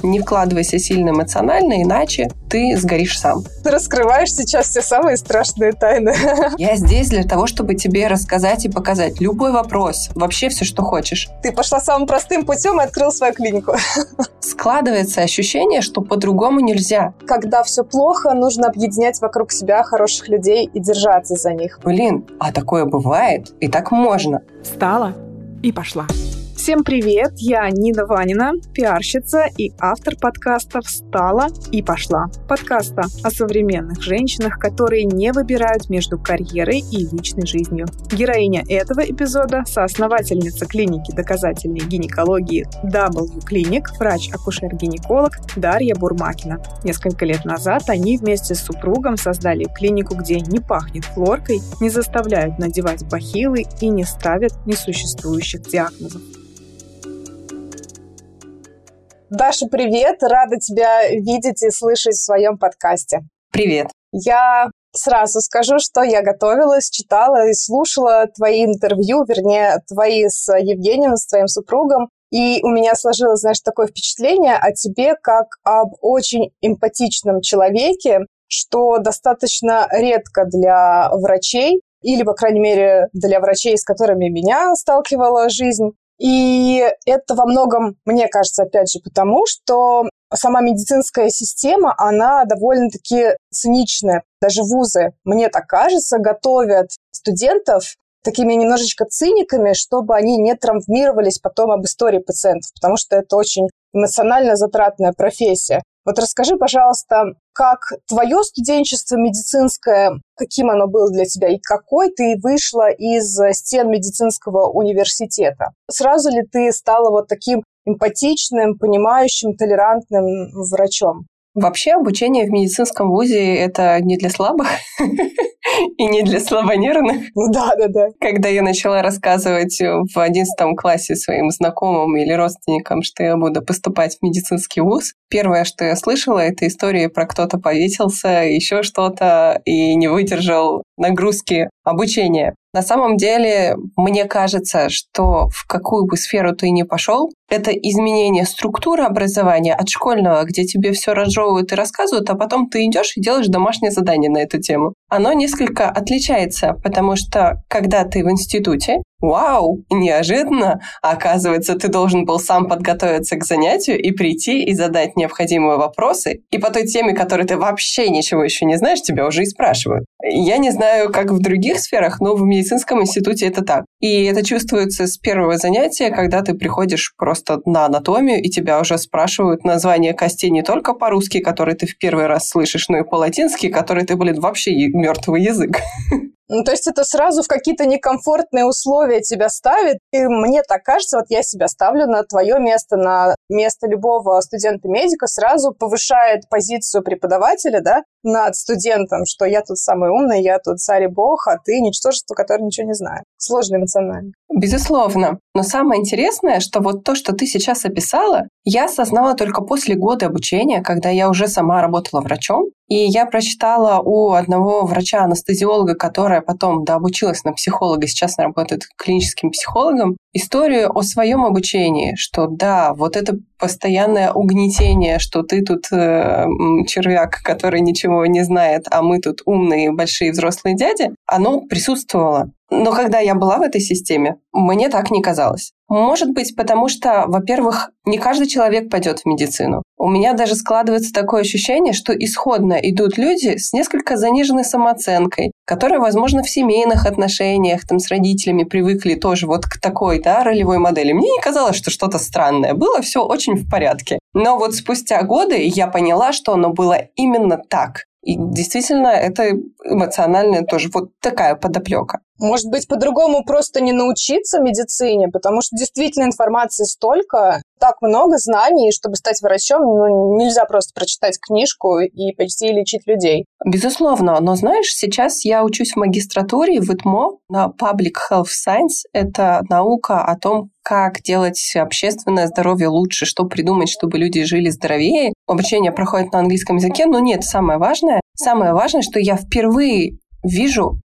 не вкладывайся сильно эмоционально, иначе ты сгоришь сам. Ты раскрываешь сейчас все самые страшные тайны. Я здесь для того, чтобы тебе рассказать и показать любой вопрос, вообще все, что хочешь. Ты пошла самым простым путем и открыл свою клинику. Складывается ощущение, что по-другому нельзя. Когда все плохо, нужно объединять вокруг себя хороших людей и держаться за них. Блин, а такое бывает, и так можно. Встала и пошла. Всем привет, я Нина Ванина, пиарщица и автор подкаста «Встала и пошла». Подкаста о современных женщинах, которые не выбирают между карьерой и личной жизнью. Героиня этого эпизода – соосновательница клиники доказательной гинекологии W Clinic, врач-акушер-гинеколог Дарья Бурмакина. Несколько лет назад они вместе с супругом создали клинику, где не пахнет хлоркой, не заставляют надевать бахилы и не ставят несуществующих диагнозов. Даша, привет! Рада тебя видеть и слышать в своем подкасте. Привет. Я сразу скажу, что я готовилась, читала и слушала твои интервью, вернее, твои с Евгением, с твоим супругом. И у меня сложилось, знаешь, такое впечатление о тебе, как об очень эмпатичном человеке, что достаточно редко для врачей, или, по крайней мере, для врачей, с которыми меня сталкивала жизнь. И это во многом, мне кажется, опять же, потому что сама медицинская система, она довольно-таки циничная. Даже вузы, мне так кажется, готовят студентов такими немножечко циниками, чтобы они не травмировались потом об истории пациентов, потому что это очень эмоционально затратная профессия. Вот расскажи, пожалуйста, как твое студенчество медицинское, каким оно было для тебя, и какой ты вышла из стен медицинского университета? Сразу ли ты стала вот таким эмпатичным, понимающим, толерантным врачом? Вообще обучение в медицинском вузе – это не для слабых и не для слабонервных. Да. Когда я начала рассказывать в 11 классе своим знакомым или родственникам, что я буду поступать в медицинский вуз, первое, что я слышала, это истории про кто-то повесился, еще что-то, и не выдержал нагрузки обучения. На самом деле, мне кажется, что в какую бы сферу ты ни пошел, это изменение структуры образования от школьного, где тебе все разжевывают и рассказывают, а потом ты идешь и делаешь домашнее задание на эту тему. Оно несколько отличается, потому что когда ты в институте, вау, неожиданно, оказывается, ты должен был сам подготовиться к занятию и прийти и задать необходимые вопросы, и по той теме, которой ты вообще ничего еще не знаешь, тебя уже и спрашивают. Я не знаю, как в других сферах, но в медицинском институте это так. И это чувствуется с первого занятия, когда ты приходишь просто на анатомию, и тебя уже спрашивают название костей не только по-русски, которые ты в первый раз слышишь, но и по-латински, который ты, вообще мертвый язык. Ну, то есть это сразу в какие-то некомфортные условия тебя ставит. И мне так кажется, вот я себя ставлю на твое место, на место любого студента-медика, сразу повышает позицию преподавателя, да, над студентом, что я тут самый умный, я тут царь и бог, а ты ничтожество, которое ничего не знает. Сложно эмоционально. Безусловно. Но самое интересное, что вот то, что ты сейчас описала, я осознала только после года обучения, когда я уже сама работала врачом. И я прочитала у одного врача-анестезиолога, которая потом дообучилась на психолога, сейчас она работает клиническим психологом, историю о своем обучении, что да, вот это постоянное угнетение, что ты тут червяк, который ничего не знает, а мы тут умные большие взрослые дяди, оно присутствовало. Но когда я была в этой системе, мне так не казалось. Может быть, потому что, во-первых, не каждый человек пойдет в медицину. У меня даже складывается такое ощущение, что исходно идут люди с несколько заниженной самооценкой, которые, возможно, в семейных отношениях там, с родителями привыкли тоже вот к такой ролевой модели. Мне не казалось, что что-то странное. Было все очень в порядке. Но вот спустя годы я поняла, что оно было именно так. И действительно, это эмоциональная тоже вот такая подоплека. Может быть, по-другому просто не научиться медицине, потому что действительно информации столько, так много знаний, чтобы стать врачом, нельзя просто прочитать книжку и пойти лечить людей. Безусловно, но знаешь, сейчас я учусь в магистратуре в ИТМО на Public Health Science. Это наука о том, как делать общественное здоровье лучше, что придумать, чтобы люди жили здоровее. Обучение проходит на английском языке, но нет, самое важное, что я впервые вижу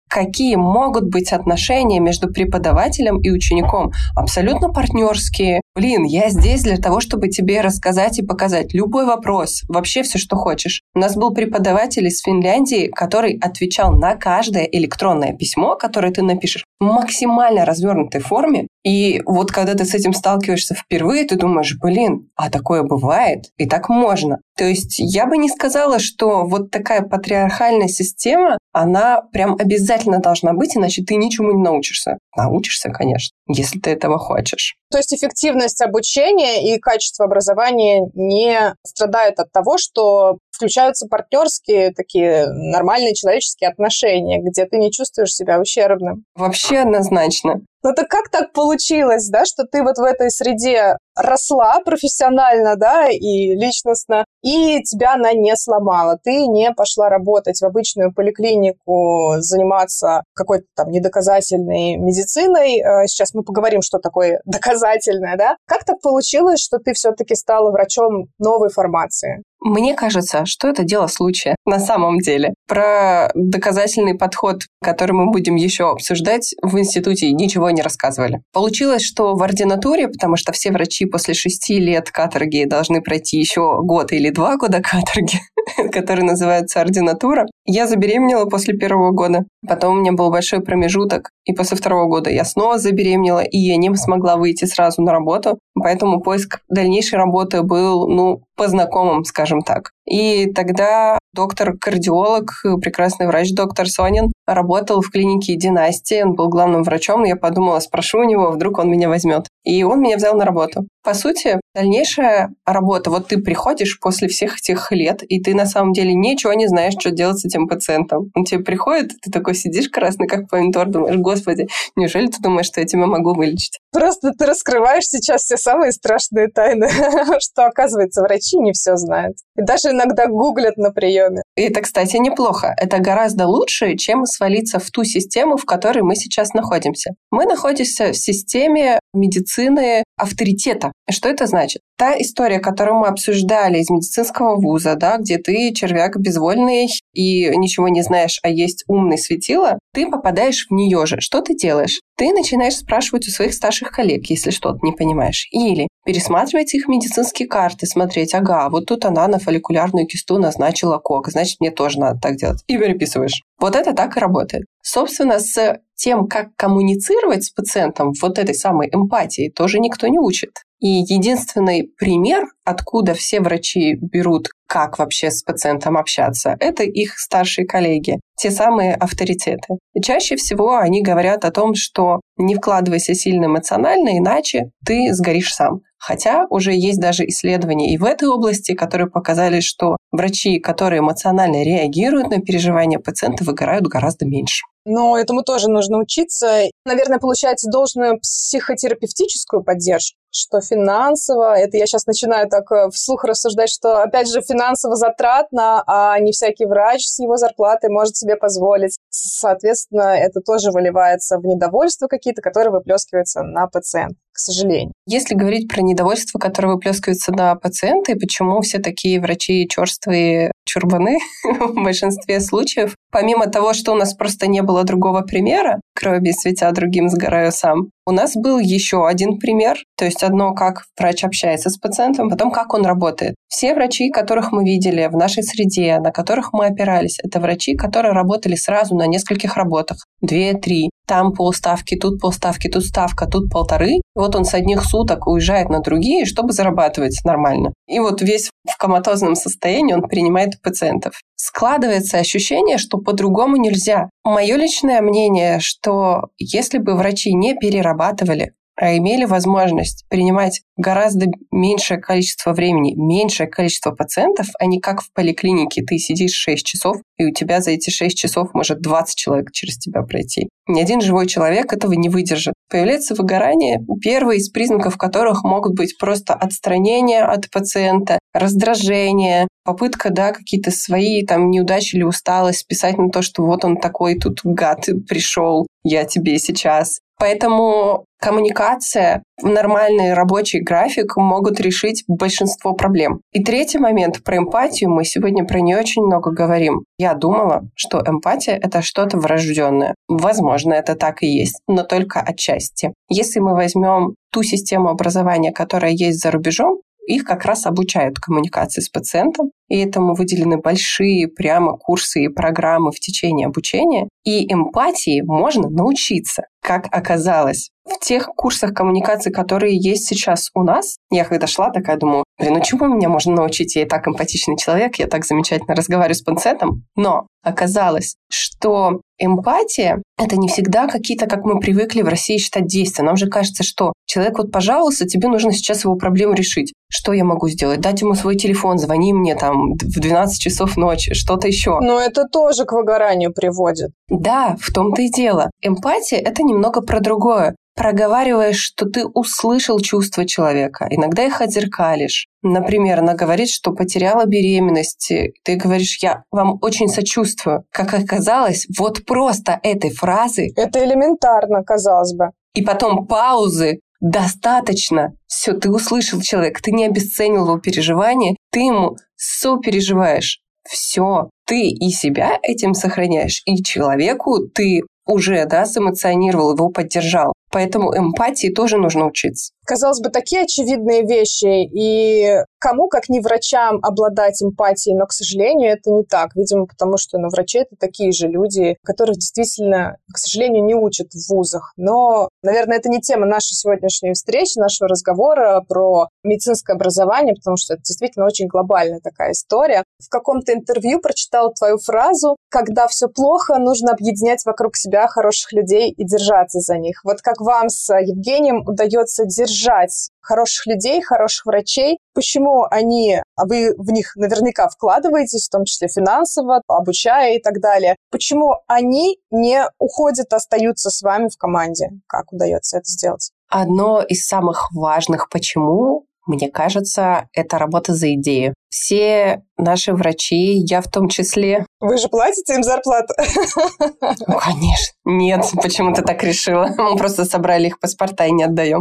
какие могут быть отношения между преподавателем и учеником. Абсолютно партнерские. Блин, я здесь для того, чтобы тебе рассказать и показать любой вопрос, вообще все, что хочешь. У нас был преподаватель из Финляндии, который отвечал на каждое электронное письмо, которое ты напишешь, в максимально развернутой форме. И вот когда ты с этим сталкиваешься впервые, ты думаешь, блин, а такое бывает, и так можно. То есть я бы не сказала, что вот такая патриархальная система, она прям обязательно должна быть, иначе ты ничему не научишься. Научишься, конечно, если ты этого хочешь. То есть эффективность обучения и качество образования не страдает от того, что включаются партнерские такие нормальные человеческие отношения, где ты не чувствуешь себя ущербным. Вообще однозначно. Ну так как так получилось, да, что ты вот в этой среде росла профессионально, да, и личностно, и тебя она не сломала. Ты не пошла работать в обычную поликлинику, заниматься какой-то там недоказательной медициной. Сейчас мы поговорим, что такое доказательное, да. Как так получилось, что ты все-таки стала врачом новой формации? Мне кажется, что это дело случая на самом деле. Про доказательный подход, который мы будем еще обсуждать, в институте ничего не рассказывали. Получилось, что в ординатуре, потому что все врачи после 6 лет каторги должны пройти еще год или 2 года каторги, который называется ординатура, я забеременела после 1 года. Потом у меня был большой промежуток, и после 2 года я снова забеременела, и я не смогла выйти сразу на работу. Поэтому поиск дальнейшей работы был, по знакомым, скажем так. И тогда доктор-кардиолог, прекрасный врач доктор Сонин, работал в клинике «Династия». Он был главным врачом. Я подумала, спрошу у него, вдруг он меня возьмет. И он меня взял на работу. По сути, дальнейшая работа. Вот ты приходишь после всех этих лет, и ты на самом деле ничего не знаешь, что делать с этим пациентом. Он тебе приходит, ты такой сидишь красный, как помидор, думаешь, господи, неужели ты думаешь, что я тебя могу вылечить? Просто ты раскрываешь сейчас все самые страшные тайны, что, оказывается, врачи не все знают. И даже иногда гуглят на приеме. И это, кстати, неплохо. Это гораздо лучше, чем свалиться в ту систему, в которой мы сейчас находимся. Мы находимся в системе медицины авторитета. Что это значит? Та история, которую мы обсуждали из медицинского вуза, да, где ты червяк безвольный и ничего не знаешь, а есть умный светило, ты попадаешь в нее же. Что ты делаешь? Ты начинаешь спрашивать у своих старших коллег, если что-то не понимаешь. Или пересматривать их медицинские карты, смотреть, ага, вот тут она на фолликулярную кисту назначила кок, значит, мне тоже надо так делать. И переписываешь. Вот это так и работает. Собственно, с тем, как коммуницировать с пациентом, вот этой самой эмпатией, тоже никто не учит. И единственный пример, откуда все врачи берут, как вообще с пациентом общаться, это их старшие коллеги, те самые авторитеты. И чаще всего они говорят о том, что не вкладывайся сильно эмоционально, иначе ты сгоришь сам. Хотя уже есть даже исследования и в этой области, которые показали, что врачи, которые эмоционально реагируют на переживания пациента, выгорают гораздо меньше. Но этому тоже нужно учиться. Наверное, получается должную психотерапевтическую поддержку, что финансово, это я сейчас начинаю так вслух рассуждать, что, опять же, финансово затратно, а не всякий врач с его зарплатой может себе позволить. Соответственно, это тоже выливается в недовольство какие-то, которые выплескиваются на пациента, к сожалению. Если говорить про недовольство, которое выплескивается на пациента, и почему все такие врачи черствые чурбаны в большинстве случаев, помимо того, что у нас просто не было другого примера, крови светя другим, сгораю сам, у нас был еще один пример, то есть одно, как врач общается с пациентом, потом как он работает. Все врачи, которых мы видели в нашей среде, на которых мы опирались, это врачи, которые работали сразу на нескольких работах, 2-3. Там полставки, тут ставка, тут 1,5. И вот он с одних суток уезжает на другие, чтобы зарабатывать нормально. И вот весь в коматозном состоянии он принимает пациентов. Складывается ощущение, что по-другому нельзя. Мое личное мнение, что если бы врачи не перерабатывали, а имели возможность принимать гораздо меньшее количество времени, меньшее количество пациентов, а не как в поликлинике. Ты сидишь 6 часов, и у тебя за эти 6 часов может 20 человек через тебя пройти. Ни один живой человек этого не выдержит. Появляется выгорание, первые из признаков которых могут быть просто отстранение от пациента, раздражение, попытка, какие-то свои неудачи или усталость списать на то, что вот он такой тут гад пришел, я тебе сейчас. Поэтому коммуникация, нормальный рабочий график могут решить большинство проблем. И третий момент про эмпатию. Мы сегодня про нее очень много говорим. Я думала, что эмпатия — это что-то врожденное. Возможно, это так и есть, но только отчасти. Если мы возьмем ту систему образования, которая есть за рубежом, их как раз обучают коммуникации с пациентом, и этому выделены большие прямо курсы и программы в течение обучения. И эмпатии можно научиться. Как оказалось, в тех курсах коммуникации, которые есть сейчас у нас, я когда шла, такая думаю, ну чему меня можно научить? Я и так эмпатичный человек, я так замечательно разговариваю с пациентом. Но оказалось, что эмпатия — это не всегда какие-то, как мы привыкли в России считать, действия. Нам же кажется, что человек вот пожаловался, тебе нужно сейчас его проблему решить. Что я могу сделать? Дать ему свой телефон, звони мне там в 12 часов ночи, что-то еще. Но это тоже к выгоранию приводит. Да, в том-то и дело. Эмпатия — это немного про другое. Проговариваешь, что ты услышал чувства человека, иногда их отзеркалишь. Например, она говорит, что потеряла беременность. Ты говоришь, я вам очень сочувствую. Как оказалось, вот просто этой фразы... Это элементарно, казалось бы. И потом паузы достаточно. Все, ты услышал человека, ты не обесценил его переживания, ты ему сопереживаешь. Все, ты и себя этим сохраняешь, и человеку ты уже, сэмоционировал, его поддержал. Поэтому эмпатии тоже нужно учиться. Казалось бы, такие очевидные вещи, и кому, как не врачам, обладать эмпатией, но, к сожалению, это не так. Видимо, потому что врачи — это такие же люди, которых действительно, к сожалению, не учат в вузах. Но, наверное, это не тема нашей сегодняшней встречи, нашего разговора про медицинское образование, потому что это действительно очень глобальная такая история. В каком-то интервью прочитала твою фразу: «Когда все плохо, нужно объединять вокруг себя хороших людей и держаться за них». Вот как вам с Евгением удается держать хороших людей, хороших врачей? Почему они, а вы в них наверняка вкладываетесь, в том числе финансово, обучая и так далее, почему они не уходят, остаются с вами в команде? Как удается это сделать? Одно из самых важных «почему», мне кажется, это работа за идею. Все наши врачи, я в том числе... Вы же платите им зарплату? Ну, конечно. Нет, почему ты так решила? Мы просто собрали их паспорта и не отдаем.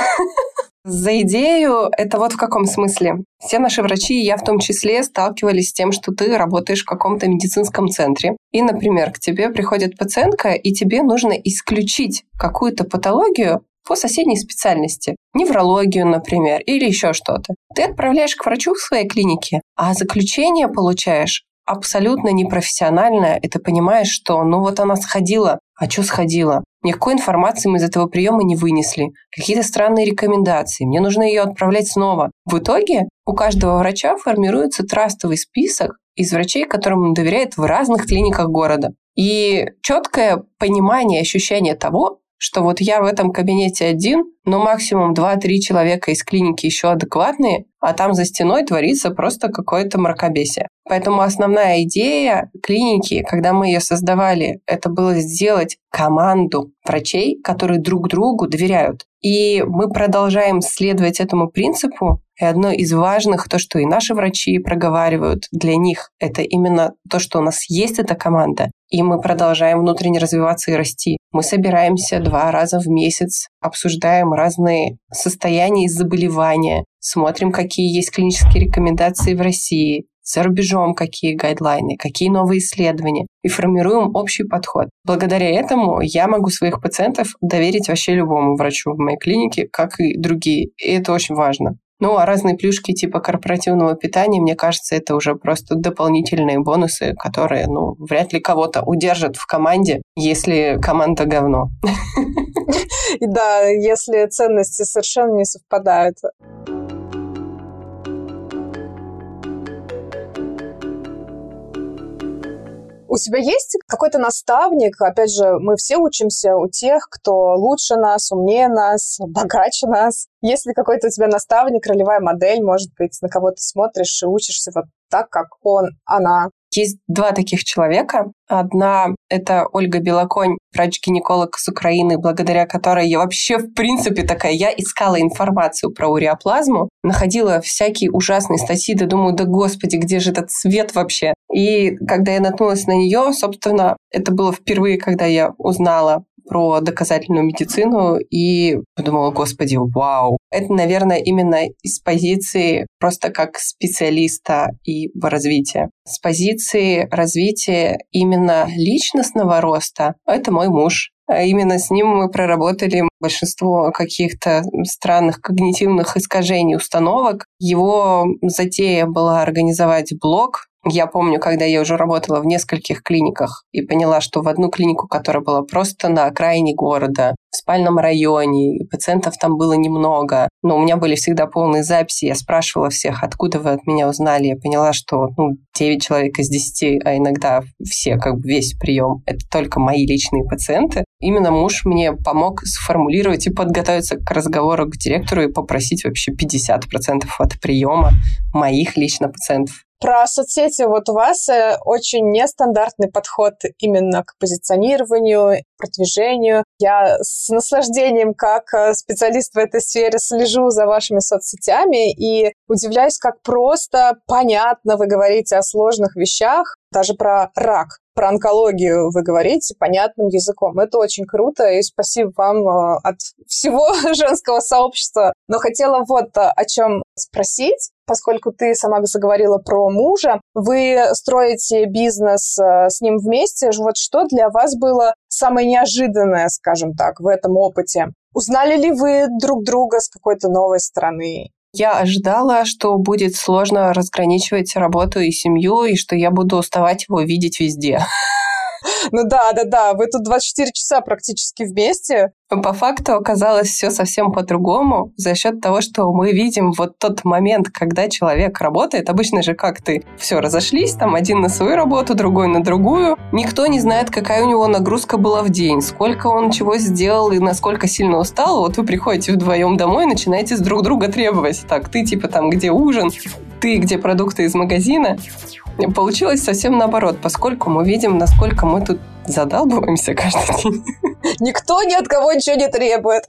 За идею это вот в каком смысле? Все наши врачи, я в том числе, сталкивались с тем, что ты работаешь в каком-то медицинском центре. И, например, к тебе приходит пациентка, и тебе нужно исключить какую-то патологию по соседней специальности. Неврологию, например, или еще что-то. Ты отправляешь к врачу в своей клинике, а заключение получаешь абсолютно непрофессиональное, и ты понимаешь, что вот она сходила. А что сходила? Никакой информации мы из этого приема не вынесли. Какие-то странные рекомендации. Мне нужно ее отправлять снова. В итоге у каждого врача формируется трастовый список из врачей, которым он доверяет в разных клиниках города. И четкое понимание, ощущение того, что вот я в этом кабинете один, но максимум 2-3 человека из клиники еще адекватные, а там за стеной творится просто какое-то мракобесие. Поэтому основная идея клиники, когда мы ее создавали, это было сделать команду врачей, которые друг другу доверяют. И мы продолжаем следовать этому принципу. И одно из важных, то, что и наши врачи проговаривают для них, это именно то, что у нас есть эта команда, и мы продолжаем внутренне развиваться и расти. Мы собираемся 2 раза в месяц, обсуждаем разные состояния и заболевания, смотрим, какие есть клинические рекомендации в России, за рубежом какие гайдлайны, какие новые исследования, и формируем общий подход. Благодаря этому я могу своих пациентов доверить вообще любому врачу в моей клинике, как и другие, и это очень важно. А разные плюшки типа корпоративного питания, мне кажется, это уже просто дополнительные бонусы, которые, вряд ли кого-то удержат в команде, если команда говно. И да, если ценности совершенно не совпадают. У тебя есть какой-то наставник? Опять же, мы все учимся у тех, кто лучше нас, умнее нас, богаче нас. Есть ли какой-то у тебя наставник, ролевая модель, может быть, на кого ты смотришь и учишься вот так, как он, она? Есть 2 таких человека. Одна — это Ольга Белоконь, врач-гинеколог с Украины, благодаря которой я вообще в принципе такая, я искала информацию про уреоплазму, находила всякие ужасные статьи, думаю, господи, где же этот свет вообще? И когда я наткнулась на нее, собственно, это было впервые, когда я узнала про доказательную медицину и подумала, господи, вау. Это, наверное, именно из позиции просто как специалиста и в развитии. С позиции развития именно личностного роста это мой муж. Именно с ним мы проработали большинство каких-то странных когнитивных искажений, установок. Его затея была организовать блог. Я помню, когда я уже работала в нескольких клиниках и поняла, что в одну клинику, которая была просто на окраине города, в спальном районе, пациентов там было немного, но у меня были всегда полные записи. Я спрашивала всех, откуда вы от меня узнали. Я поняла, что 9 человек из 10, а иногда все, весь прием, это только мои личные пациенты. Именно муж мне помог сформулировать и подготовиться к разговору к директору и попросить вообще 50% от приема моих лично пациентов. Про соцсети у вас очень нестандартный подход именно к позиционированию, продвижению. Я с наслаждением, как специалист в этой сфере, слежу за вашими соцсетями и удивляюсь, как просто, понятно вы говорите о сложных вещах, даже про рак. Про онкологию вы говорите понятным языком. Это очень круто, и спасибо вам от всего женского сообщества. Но хотела о чем спросить, поскольку ты сама заговорила про мужа. Вы строите бизнес с ним вместе. Что для вас было самое неожиданное, скажем так, в этом опыте? Узнали ли вы друг друга с какой-то новой стороны? Я ожидала, что будет сложно разграничивать работу и семью, и что я буду уставать его видеть везде. Да, вы тут 24 часа практически вместе. По факту оказалось все совсем по-другому за счет того, что мы видим тот момент, когда человек работает. Обычно же все, разошлись, один на свою работу, другой на другую. Никто не знает, какая у него нагрузка была в день, сколько он чего сделал и насколько сильно устал. Вы приходите вдвоем домой, начинаете с друг друга требовать. Так, ты где ужин, ты где продукты из магазина. Получилось совсем наоборот, поскольку мы видим, насколько мы тут задалбываемся каждый день. Никто ни от кого ничего не требует.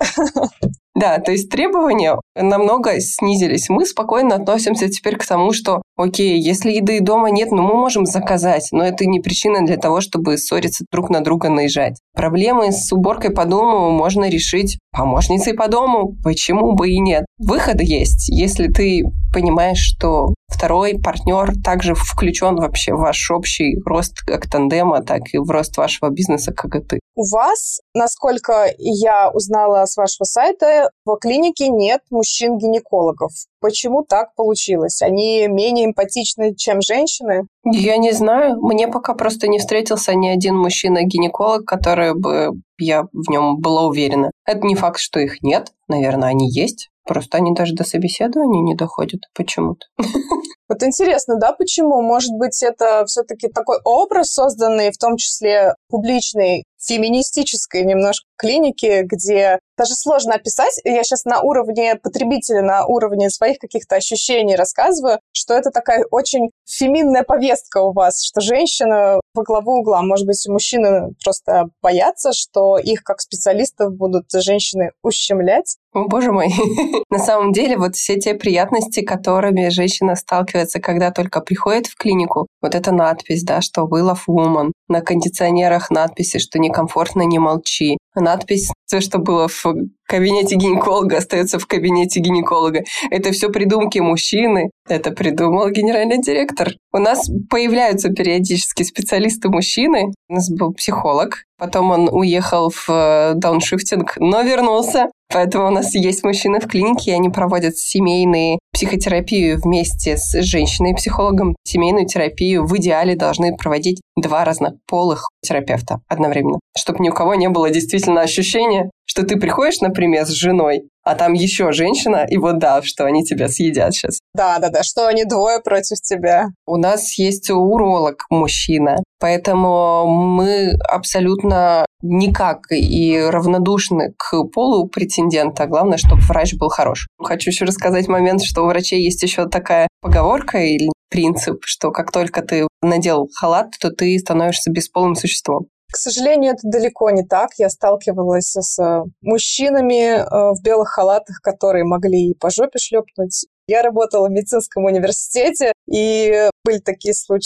Да, то есть требования намного снизились. Мы спокойно относимся теперь к тому, что окей, если еды дома нет, мы можем заказать, но это не причина для того, чтобы ссориться друг на друга, наезжать. Проблемы с уборкой по дому можно решить помощницей по дому, почему бы и нет. Выход есть, если ты понимаешь, что второй партнер также включен вообще в ваш общий рост как тандема, так и в рост вашего бизнеса, как и ты. У вас, насколько я узнала с вашего сайта, в клинике нет мужчин-гинекологов. Почему так получилось? Они менее эмпатичны, чем женщины? Я не знаю. Мне пока просто не встретился ни один мужчина-гинеколог, который бы я в нем была уверена. Это не факт, что их нет. Наверное, они есть. Просто они даже до собеседования не доходят почему-то. Интересно, да, почему? Может быть, это все-таки такой образ, созданный в том числе публичной, феминистической немножко клиники, где даже сложно описать. Я сейчас на уровне потребителя, на уровне своих каких-то ощущений рассказываю, что это такая очень феминная повестка у вас, что женщина во главу угла. Может быть, мужчины просто боятся, что их как специалистов будут женщины ущемлять. О, боже мой. На самом деле, все те приятности, которыми женщина сталкивается, когда только приходит в клинику, эта надпись, да, что «We love woman», на кондиционерах надписи, что «Некомфортно, не молчи», надпись «Все, что было в кабинете гинеколога, остается в кабинете гинеколога». Это все придумки мужчины. Это придумал генеральный директор. У нас появляются периодически специалисты-мужчины. У нас был психолог. Потом он уехал в дауншифтинг, но вернулся. Поэтому у нас есть мужчины в клинике, и они проводят семейные психотерапию вместе с женщиной-психологом. Семейную терапию в идеале должны проводить 2 разнополых терапевта одновременно, чтобы ни у кого не было действительно ощущения, что ты приходишь, например, с женой, а там еще женщина, и что они тебя съедят сейчас. Да, что они 2 против тебя. У нас есть уролог мужчина, поэтому мы абсолютно никак и равнодушны к полу претендента. Главное, чтобы врач был хорош. Хочу еще рассказать момент, что у врачей есть еще такая поговорка или принцип, что как только ты надел халат, то ты становишься бесполым существом. К сожалению, это далеко не так. Я сталкивалась с мужчинами в белых халатах, которые могли и по жопе шлепнуть. Я работала в медицинском университете, и были такие случаи.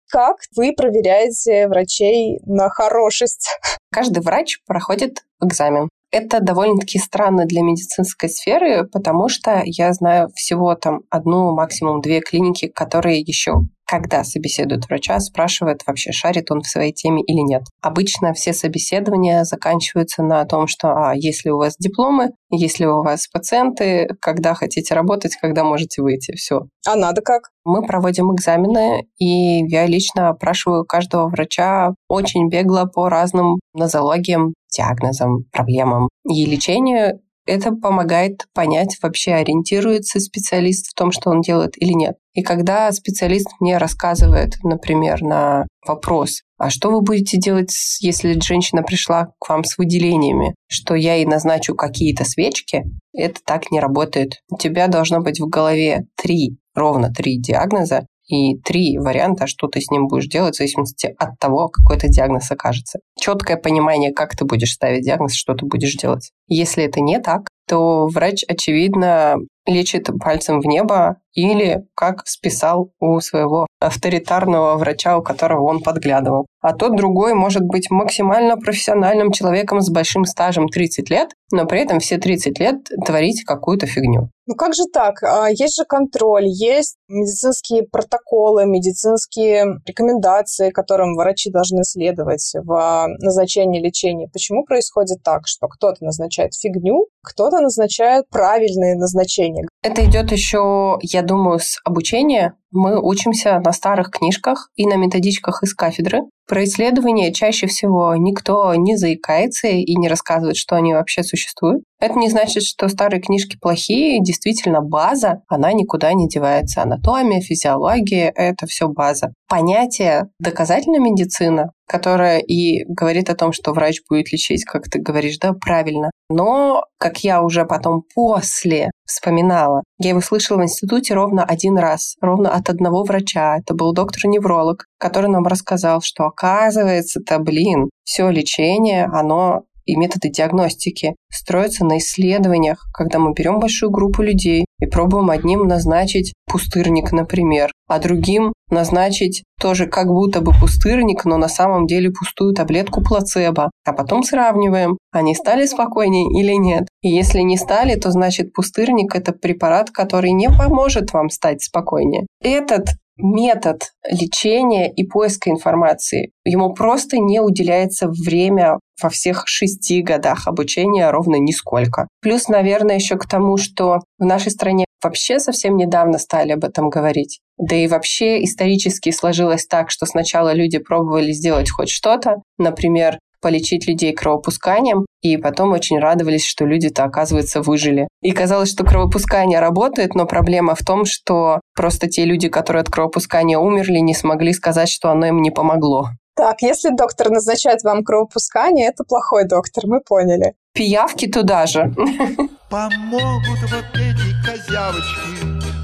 Как вы проверяете врачей на хорошесть? Каждый врач проходит экзамен. Это довольно-таки странно для медицинской сферы, потому что я знаю всего там одну, максимум две клиники, которые еще, когда собеседуют врача, спрашивают, вообще шарит он в своей теме или нет. Обычно все собеседования заканчиваются на том, что есть ли у вас дипломы, есть ли у вас пациенты, когда хотите работать, когда можете выйти, все. А надо как? Мы проводим экзамены, и я лично опрашиваю каждого врача очень бегло по разным нозологиям, диагнозам, проблемам и лечению. Это помогает понять, вообще ориентируется специалист в том, что он делает или нет. И когда специалист мне рассказывает, например, на вопрос, а что вы будете делать, если женщина пришла к вам с выделениями, что я ей назначу какие-то свечки, это так не работает. У тебя должно быть в голове ровно три диагноза, и 3 варианта, что ты с ним будешь делать, в зависимости от того, какой это диагноз окажется. Четкое понимание, как ты будешь ставить диагноз, что ты будешь делать. Если это не так, то врач, очевидно, лечит пальцем в небо или как списал у своего авторитарного врача, у которого он подглядывал. А тот другой может быть максимально профессиональным человеком с большим стажем 30 лет, но при этом все 30 лет творить какую-то фигню. Ну как же так? Есть же контроль, есть медицинские протоколы, медицинские рекомендации, которым врачи должны следовать в назначении лечения. Почему происходит так, что кто-то назначает фигню, кто-то назначает правильные назначения? Это идет еще, я думаю, с обучения. Мы учимся на старых книжках и на методичках из кафедры. Про исследования чаще всего никто не заикается и не рассказывает, что они вообще существуют. Это не значит, что старые книжки плохие. Действительно, база, она никуда не девается. Анатомия, физиология — это все база. Понятие доказательная медицина, которая и говорит о том, что врач будет лечить, как ты говоришь, да, правильно. Но, как я уже потом после вспоминала, я его слышала в институте ровно один раз, ровно от одного врача. Это был доктор-невролог, который нам рассказал, что оказывается-то, все лечение, оно и методы диагностики строятся на исследованиях, когда мы берем большую группу людей и пробуем одним назначить пустырник, например, а другим назначить тоже как будто бы пустырник, но на самом деле пустую таблетку плацебо. А потом сравниваем, они стали спокойнее или нет. И если не стали, то значит пустырник – это препарат, который не поможет вам стать спокойнее. Этот метод лечения и поиска информации, ему просто не уделяется время во всех 6 годах обучения ровно нисколько. Плюс, наверное, еще к тому, что в нашей стране вообще совсем недавно стали об этом говорить. Да и вообще исторически сложилось так, что сначала люди пробовали сделать хоть что-то, например, полечить людей кровопусканием, и потом очень радовались, что люди-то, оказывается, выжили. И казалось, что кровопускание работает, но проблема в том, что просто те люди, которые от кровопускания умерли, не смогли сказать, что оно им не помогло. Так, если доктор назначает вам кровопускание, это плохой доктор, мы поняли. Пиявки туда же. Помогут вот эти козявочки,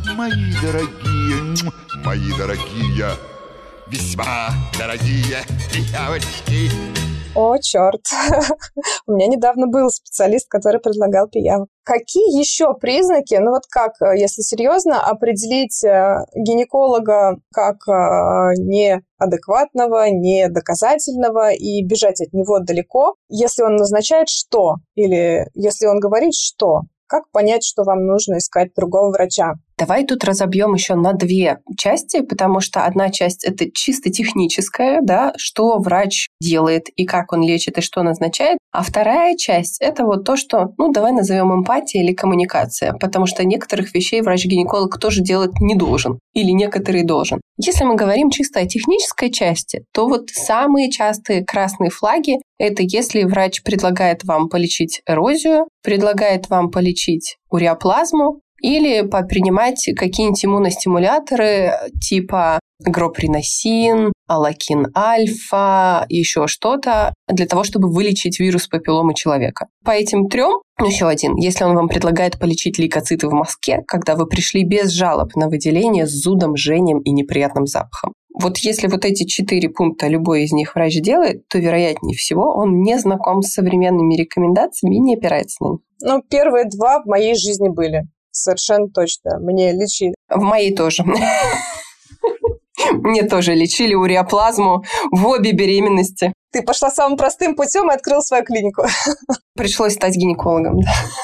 мои дорогие, весьма дорогие пиявочки. О, черт. У меня недавно был специалист, который предлагал пиявок. Какие еще признаки, как, если серьезно, определить гинеколога как неадекватного, недоказательного и бежать от него далеко, если он назначает что? Или если он говорит что? Как понять, что вам нужно искать другого врача? Давай тут разобьем еще на 2 части, потому что одна часть – это чисто техническая, да, что врач делает и как он лечит и что назначает. А вторая часть – это вот то, что, давай назовем эмпатия или коммуникация, потому что некоторых вещей врач-гинеколог тоже делать не должен или некоторые должен. Если мы говорим чисто о технической части, то вот самые частые красные флаги – это если врач предлагает вам полечить эрозию, предлагает вам полечить уреоплазму, или попринимать какие-нибудь иммуностимуляторы типа гроприносин, алакин-альфа, еще что-то, для того, чтобы вылечить вирус папилломы человека. По этим 3 еще один. Если он вам предлагает полечить лейкоциты в мозге, когда вы пришли без жалоб на выделение с зудом, жжением и неприятным запахом. Вот если вот эти 4 пункта любой из них врач делает, то, вероятнее всего, он не знаком с современными рекомендациями и не опирается на них. Первые 2 в моей жизни были. Совершенно точно. Мне лечили. В моей тоже. Мне тоже лечили уреоплазму в обе беременности. Ты пошла самым простым путем и открыла свою клинику. Пришлось стать гинекологом.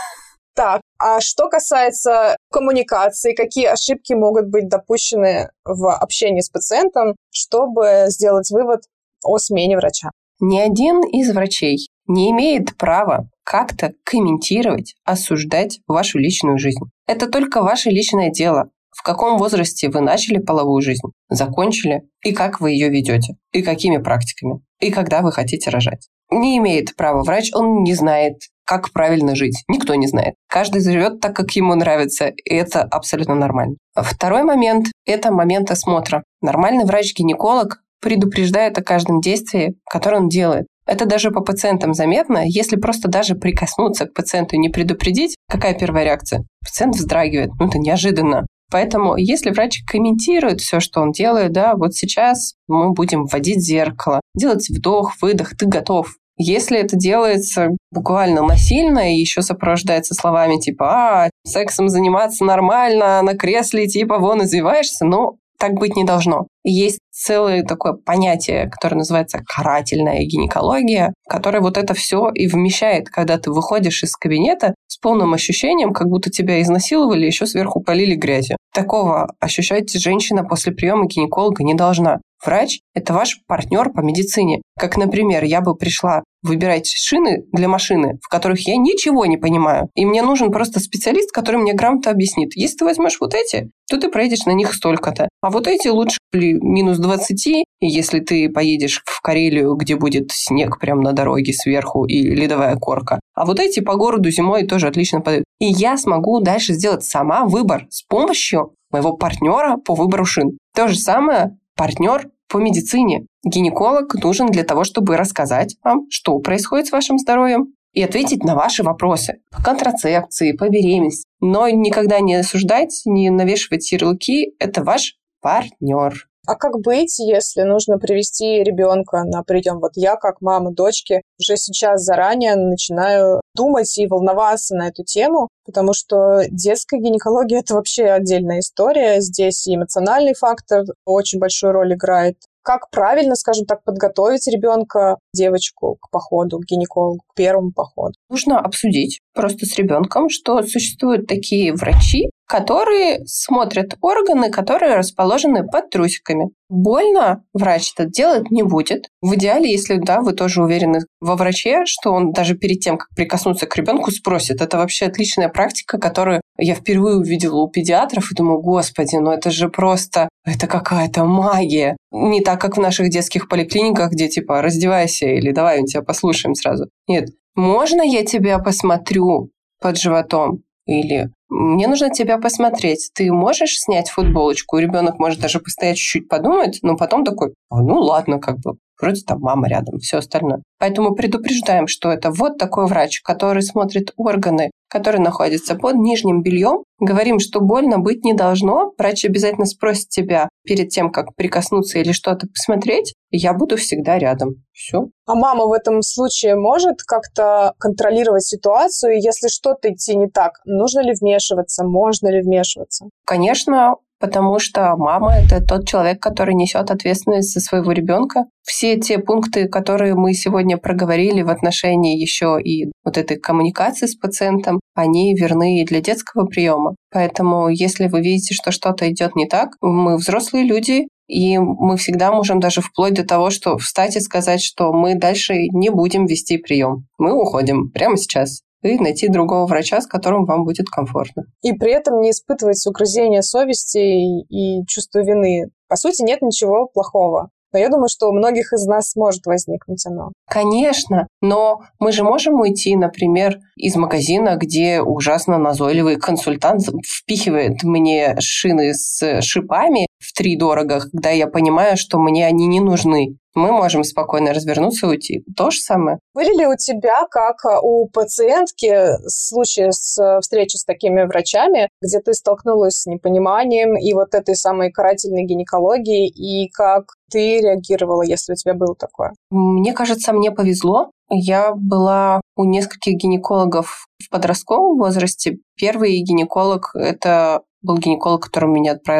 Так, а что касается коммуникации, какие ошибки могут быть допущены в общении с пациентом, чтобы сделать вывод о смене врача? Ни один из врачей не имеет права как-то комментировать, осуждать вашу личную жизнь. Это только ваше личное дело. В каком возрасте вы начали половую жизнь, закончили, и как вы ее ведете, и какими практиками, и когда вы хотите рожать. Не имеет права врач, он не знает, как правильно жить. Никто не знает. Каждый живет так, как ему нравится, и это абсолютно нормально. Второй момент – это момент осмотра. Нормальный врач-гинеколог предупреждает о каждом действии, которое он делает. Это даже по пациентам заметно. Если просто даже прикоснуться к пациенту и не предупредить, какая первая реакция? Пациент вздрагивает. Это неожиданно. Поэтому, если врач комментирует все, что он делает, да, вот сейчас мы будем вводить зеркало, делать вдох, выдох, ты готов. Если это делается буквально насильно и еще сопровождается словами типа сексом заниматься нормально, на кресле типа вон извиваешься, так быть не должно. Есть целое такое понятие, которое называется карательная гинекология, которое вот это все и вмещает, когда ты выходишь из кабинета с полным ощущением, как будто тебя изнасиловали, еще сверху полили грязью. Такого ощущать женщина после приема гинеколога не должна. Врач – это ваш партнер по медицине. Как, например, я бы пришла выбирать шины для машины, в которых я ничего не понимаю. И мне нужен просто специалист, который мне грамотно объяснит. Если ты возьмешь вот эти, то ты проедешь на них столько-то. А вот эти лучше минус 20, и если ты поедешь в Карелию, где будет снег прямо на дороге сверху и ледовая корка. А вот эти по городу зимой тоже отлично подойдут. И я смогу дальше сделать сама выбор с помощью моего партнера по выбору шин. То же самое партнер по медицине. Гинеколог нужен для того, чтобы рассказать вам, что происходит с вашим здоровьем, и ответить на ваши вопросы по контрацепции, по беременности. Но никогда не осуждать, не навешивать ярлыки. Это ваш партнер. А как быть, если нужно привести ребенка на прием? Вот я, как мама дочки, уже сейчас заранее начинаю думать и волноваться на эту тему, потому что детская гинекология – это вообще отдельная история. Здесь и эмоциональный фактор очень большую роль играет. Как правильно, скажем так, подготовить ребенка, девочку к походу, к гинекологу, к первому походу? Нужно обсудить просто с ребенком, что существуют такие врачи, которые смотрят органы, которые расположены под трусиками. Больно врач это делать не будет. В идеале, если вы тоже уверены во враче, что он даже перед тем, как прикоснуться к ребенку, спросит. Это вообще отличная практика, которую я впервые увидела у педиатров и думаю, господи, это же просто, это какая-то магия. Не так, как в наших детских поликлиниках, где типа раздевайся или давай мы тебя послушаем сразу. Нет, можно я тебя посмотрю под животом? Или мне нужно тебя посмотреть. Ты можешь снять футболочку? Ребенок может даже постоять чуть-чуть подумать, но потом такой, ладно, вроде там мама рядом, все остальное. Поэтому предупреждаем, что это вот такой врач, который смотрит органы, которые находятся под нижним бельем. Говорим, что больно быть не должно. Врач обязательно спросит тебя перед тем, как прикоснуться или что-то посмотреть. Я буду всегда рядом. Все. А мама в этом случае может как-то контролировать ситуацию? Если что-то идти не так, нужно ли вмешиваться? Можно ли вмешиваться? Конечно, потому что мама – это тот человек, который несет ответственность за своего ребенка. Все те пункты, которые мы сегодня проговорили в отношении еще и вот этой коммуникации с пациентом, они верны и для детского приема. Поэтому, если вы видите, что что-то идет не так, мы взрослые люди, и мы всегда можем даже вплоть до того, что встать и сказать, что мы дальше не будем вести прием. Мы уходим прямо сейчас. И найти другого врача, с которым вам будет комфортно. И при этом не испытывать угрызения совести и чувство вины. По сути, нет ничего плохого. Но я думаю, что у многих из нас может возникнуть оно. Конечно, но мы же можем уйти, например, из магазина, где ужасно назойливый консультант впихивает мне шины с шипами втридорого, когда я понимаю, что мне они не нужны. Мы можем спокойно развернуться и уйти. То же самое. Были ли у тебя, как у пациентки, случаи с встречи с такими врачами, где ты столкнулась с непониманием и вот этой самой карательной гинекологией, и как ты реагировала, если у тебя было такое? Мне кажется, мне повезло. Я была у нескольких гинекологов в подростковом возрасте. Первый гинеколог – это был гинеколог, которому меня отправила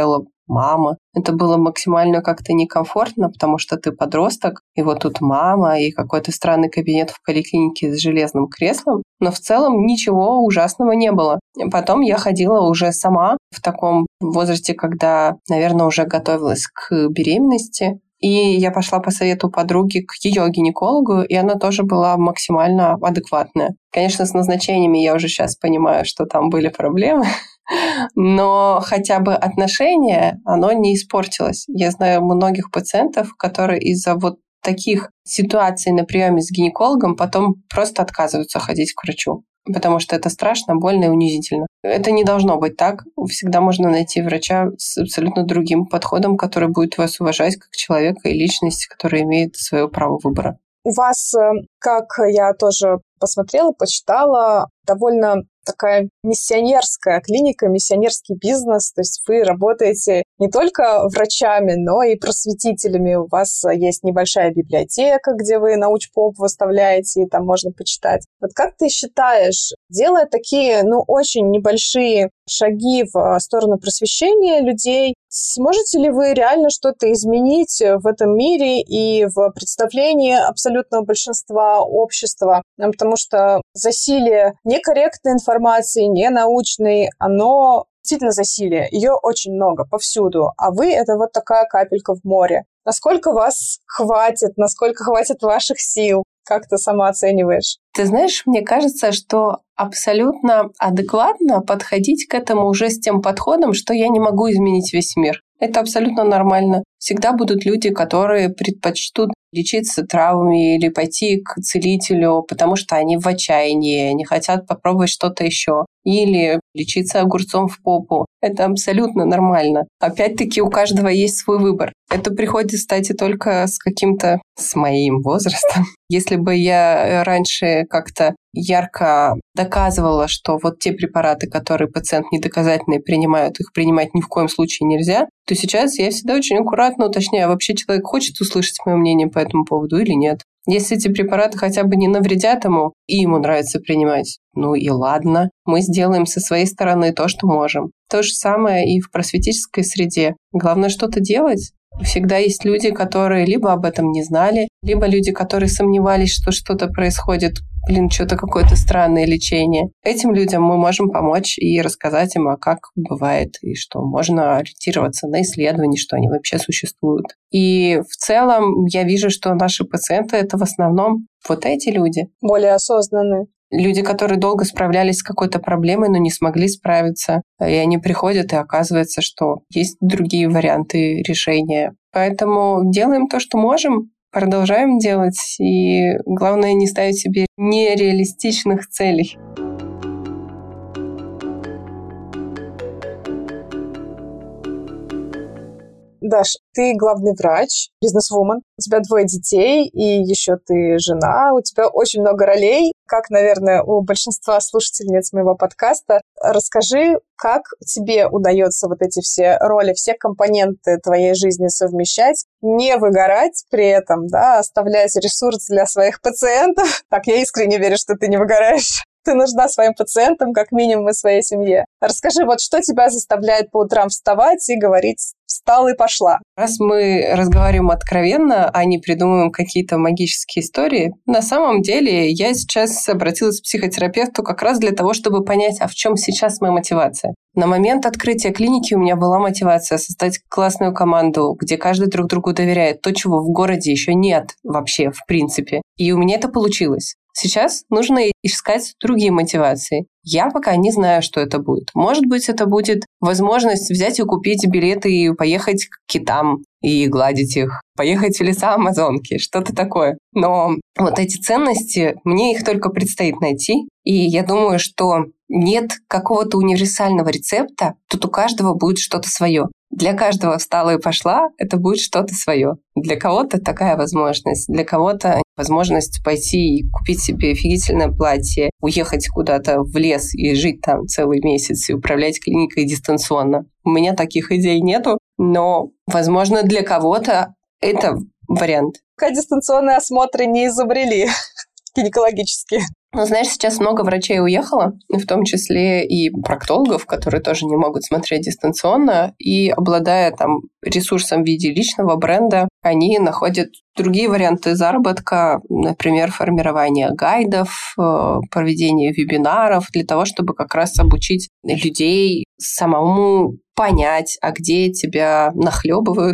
мама. Это было максимально как-то некомфортно, потому что ты подросток, и вот тут мама, и какой-то странный кабинет в поликлинике с железным креслом. Но в целом ничего ужасного не было. Потом я ходила уже сама в таком возрасте, когда, наверное, уже готовилась к беременности. И я пошла по совету подруги к ее гинекологу, и она тоже была максимально адекватная. Конечно, с назначениями я уже сейчас понимаю, что там были проблемы, но хотя бы отношение, оно не испортилось. Я знаю многих пациентов, которые из-за вот таких ситуаций на приеме с гинекологом потом просто отказываются ходить к врачу, потому что это страшно, больно и унизительно. Это не должно быть так. Всегда можно найти врача с абсолютно другим подходом, который будет вас уважать как человека и личность, которая имеет свое право выбора. У вас, как я тоже посмотрела, почитала, довольно такая миссионерская клиника, миссионерский бизнес. То есть вы работаете не только врачами, но и просветителями. У вас есть небольшая библиотека, где вы научпоп выставляете, и там можно почитать. Вот как ты считаешь, делая такие, очень небольшие шаги в сторону просвещения людей, сможете ли вы реально что-то изменить в этом мире и в представлении абсолютного большинства общества? Потому что засилие некорректной информации, ненаучной, оно действительно засилие. Ее очень много, повсюду. А вы — это вот такая капелька в море. Насколько вас хватит, насколько хватит ваших сил? Как ты сама оцениваешь? Ты знаешь, мне кажется, что абсолютно адекватно подходить к этому уже с тем подходом, что я не могу изменить весь мир. Это абсолютно нормально. Всегда будут люди, которые предпочтут лечиться травмами или пойти к целителю, потому что они в отчаянии, они хотят попробовать что-то еще. Или лечиться огурцом в попу. Это абсолютно нормально. Опять-таки у каждого есть свой выбор. Это приходит, кстати, только с моим возрастом. Если бы я раньше как-то ярко доказывала, что вот те препараты, которые пациент недоказательные принимают, их принимать ни в коем случае нельзя, то сейчас я всегда очень аккуратно уточняю, вообще человек хочет услышать мое мнение по этому поводу или нет. Если эти препараты хотя бы не навредят ему, и ему нравится принимать, и ладно, мы сделаем со своей стороны то, что можем. То же самое и в просветительской среде. Главное что-то делать. Всегда есть люди, которые либо об этом не знали, либо люди, которые сомневались, что что-то происходит, что-то какое-то странное лечение. Этим людям мы можем помочь и рассказать им, как бывает, и что можно ориентироваться на исследования, что они вообще существуют. И в целом я вижу, что наши пациенты — это в основном вот эти люди. Более осознанные. Люди, которые долго справлялись с какой-то проблемой, но не смогли справиться. И они приходят, и оказывается, что есть другие варианты решения. Поэтому делаем то, что можем, продолжаем делать. И главное, не ставить себе нереалистичных целей. Даш, ты главный врач, бизнесвумен, у тебя 2 детей, и еще ты жена, у тебя очень много ролей, как, наверное, у большинства слушательниц моего подкаста. Расскажи, как тебе удается вот эти все роли, все компоненты твоей жизни совмещать, не выгорать при этом, оставлять ресурс для своих пациентов. Так, я искренне верю, что ты не выгораешь. Ты нужна своим пациентам, как минимум, и своей семье. Расскажи, вот что тебя заставляет по утрам вставать и говорить «встала и пошла». Раз мы разговариваем откровенно, а не придумываем какие-то магические истории, на самом деле я сейчас обратилась к психотерапевту как раз для того, чтобы понять, а в чем сейчас моя мотивация. На момент открытия клиники у меня была мотивация создать классную команду, где каждый друг другу доверяет, то, чего в городе еще нет вообще, в принципе. И у меня это получилось. Сейчас нужно искать другие мотивации. Я пока не знаю, что это будет. Может быть, это будет возможность взять и купить билеты и поехать к китам и гладить их, поехать в леса Амазонки, что-то такое. Но вот эти ценности, мне их только предстоит найти. И я думаю, что нет какого-то универсального рецепта, тут у каждого будет что-то свое. Для каждого «встала и пошла» это будет что-то свое. Для кого-то такая возможность, для кого-то возможность пойти и купить себе офигительное платье, уехать куда-то в лес и жить там целый месяц и управлять клиникой дистанционно. У меня таких идей нету, но, возможно, для кого-то это вариант. Пока дистанционные осмотры не изобрели гинекологические. Но, знаешь, сейчас много врачей уехало, в том числе и проктологов, которые тоже не могут смотреть дистанционно, и, обладая там ресурсом в виде личного бренда, они находят другие варианты заработка, например, формирование гайдов, проведение вебинаров для того, чтобы как раз обучить людей самому понять, а где тебя нахлебывают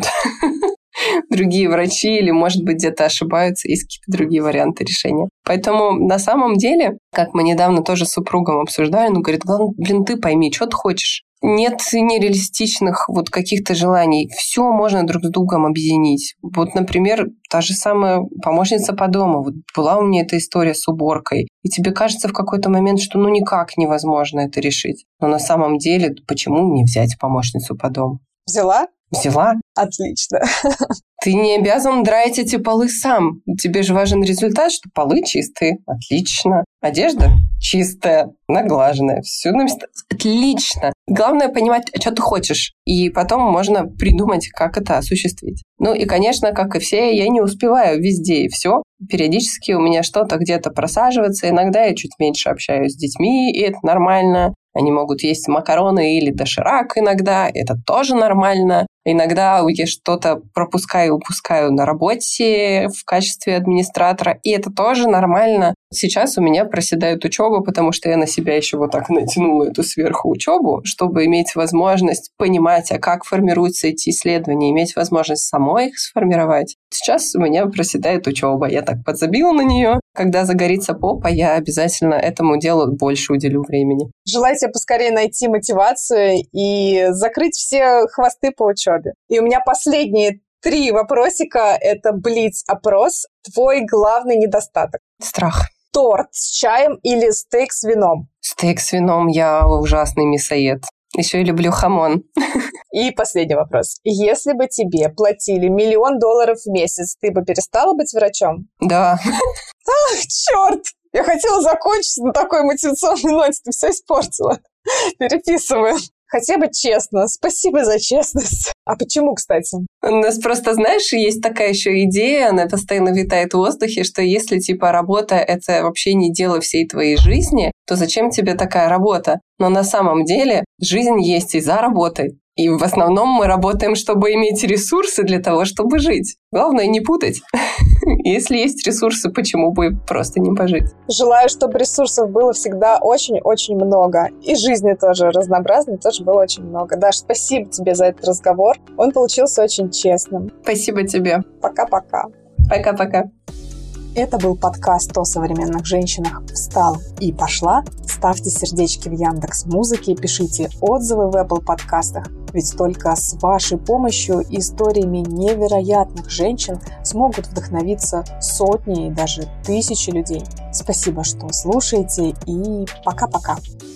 другие врачи или, может быть, где-то ошибаются, есть какие-то другие варианты решения. Поэтому на самом деле, как мы недавно тоже с супругом обсуждали, он говорит, главное, ты пойми, что ты хочешь. Нет нереалистичных вот каких-то желаний. Все можно друг с другом объединить. Вот, например, та же самая помощница по дому. Вот была у меня эта история с уборкой. И тебе кажется в какой-то момент, что никак невозможно это решить. Но на самом деле, почему не взять помощницу по дому? Взяла? Взяла. Отлично. Ты не обязан драить эти полы сам. Тебе же важен результат, что полы чистые. Отлично. Одежда чистая, наглаженная. Все на места. Отлично. Главное понимать, что ты хочешь. И потом можно придумать, как это осуществить. И, конечно, как и все, я не успеваю везде и все. Периодически у меня что-то где-то просаживается. Иногда я чуть меньше общаюсь с детьми, и это нормально. Они могут есть макароны или доширак иногда, это тоже нормально. Иногда я что-то пропускаю, упускаю на работе в качестве администратора, и это тоже нормально. Сейчас у меня проседает учеба, потому что я на себя еще вот так натянула эту сверху учебу, чтобы иметь возможность понимать, как формируются эти исследования, иметь возможность самой их сформировать. Сейчас у меня проседает учеба, я так подзабила на нее. Когда загорится попа, я обязательно этому делу больше уделю времени. Желаю тебе поскорее найти мотивацию и закрыть все хвосты по учебе. И у меня последние 3 вопросика. Это блиц-опрос. Твой главный недостаток? Страх. Торт с чаем или стейк с вином? Стейк с вином, я ужасный мясоед. Еще и люблю хамон. И последний вопрос. Если бы тебе платили $1 миллион в месяц, ты бы перестала быть врачом? Да. Черт! Я хотела закончить на такой мотивационной ноте, ты все испортила. Переписываю. Хотя бы честно. Спасибо за честность. А почему, кстати? У нас просто, знаешь, есть такая еще идея, она постоянно витает в воздухе, что если, работа — это вообще не дело всей твоей жизни, то зачем тебе такая работа? Но на самом деле жизнь есть и за работой. И в основном мы работаем, чтобы иметь ресурсы для того, чтобы жить. Главное не путать. Если есть ресурсы, почему бы просто не пожить? Желаю, чтобы ресурсов было всегда очень-очень много. И жизни тоже разнообразной тоже было очень много. Даш, спасибо тебе за этот разговор. Он получился очень честным. Спасибо тебе. Пока-пока. Пока-пока. Это был подкаст о современных женщинах «Встала и пошла». Ставьте сердечки в Яндекс.Музыке, пишите отзывы в Apple подкастах. Ведь только с вашей помощью историями невероятных женщин смогут вдохновиться сотни и даже тысячи людей. Спасибо, что слушаете, и пока-пока.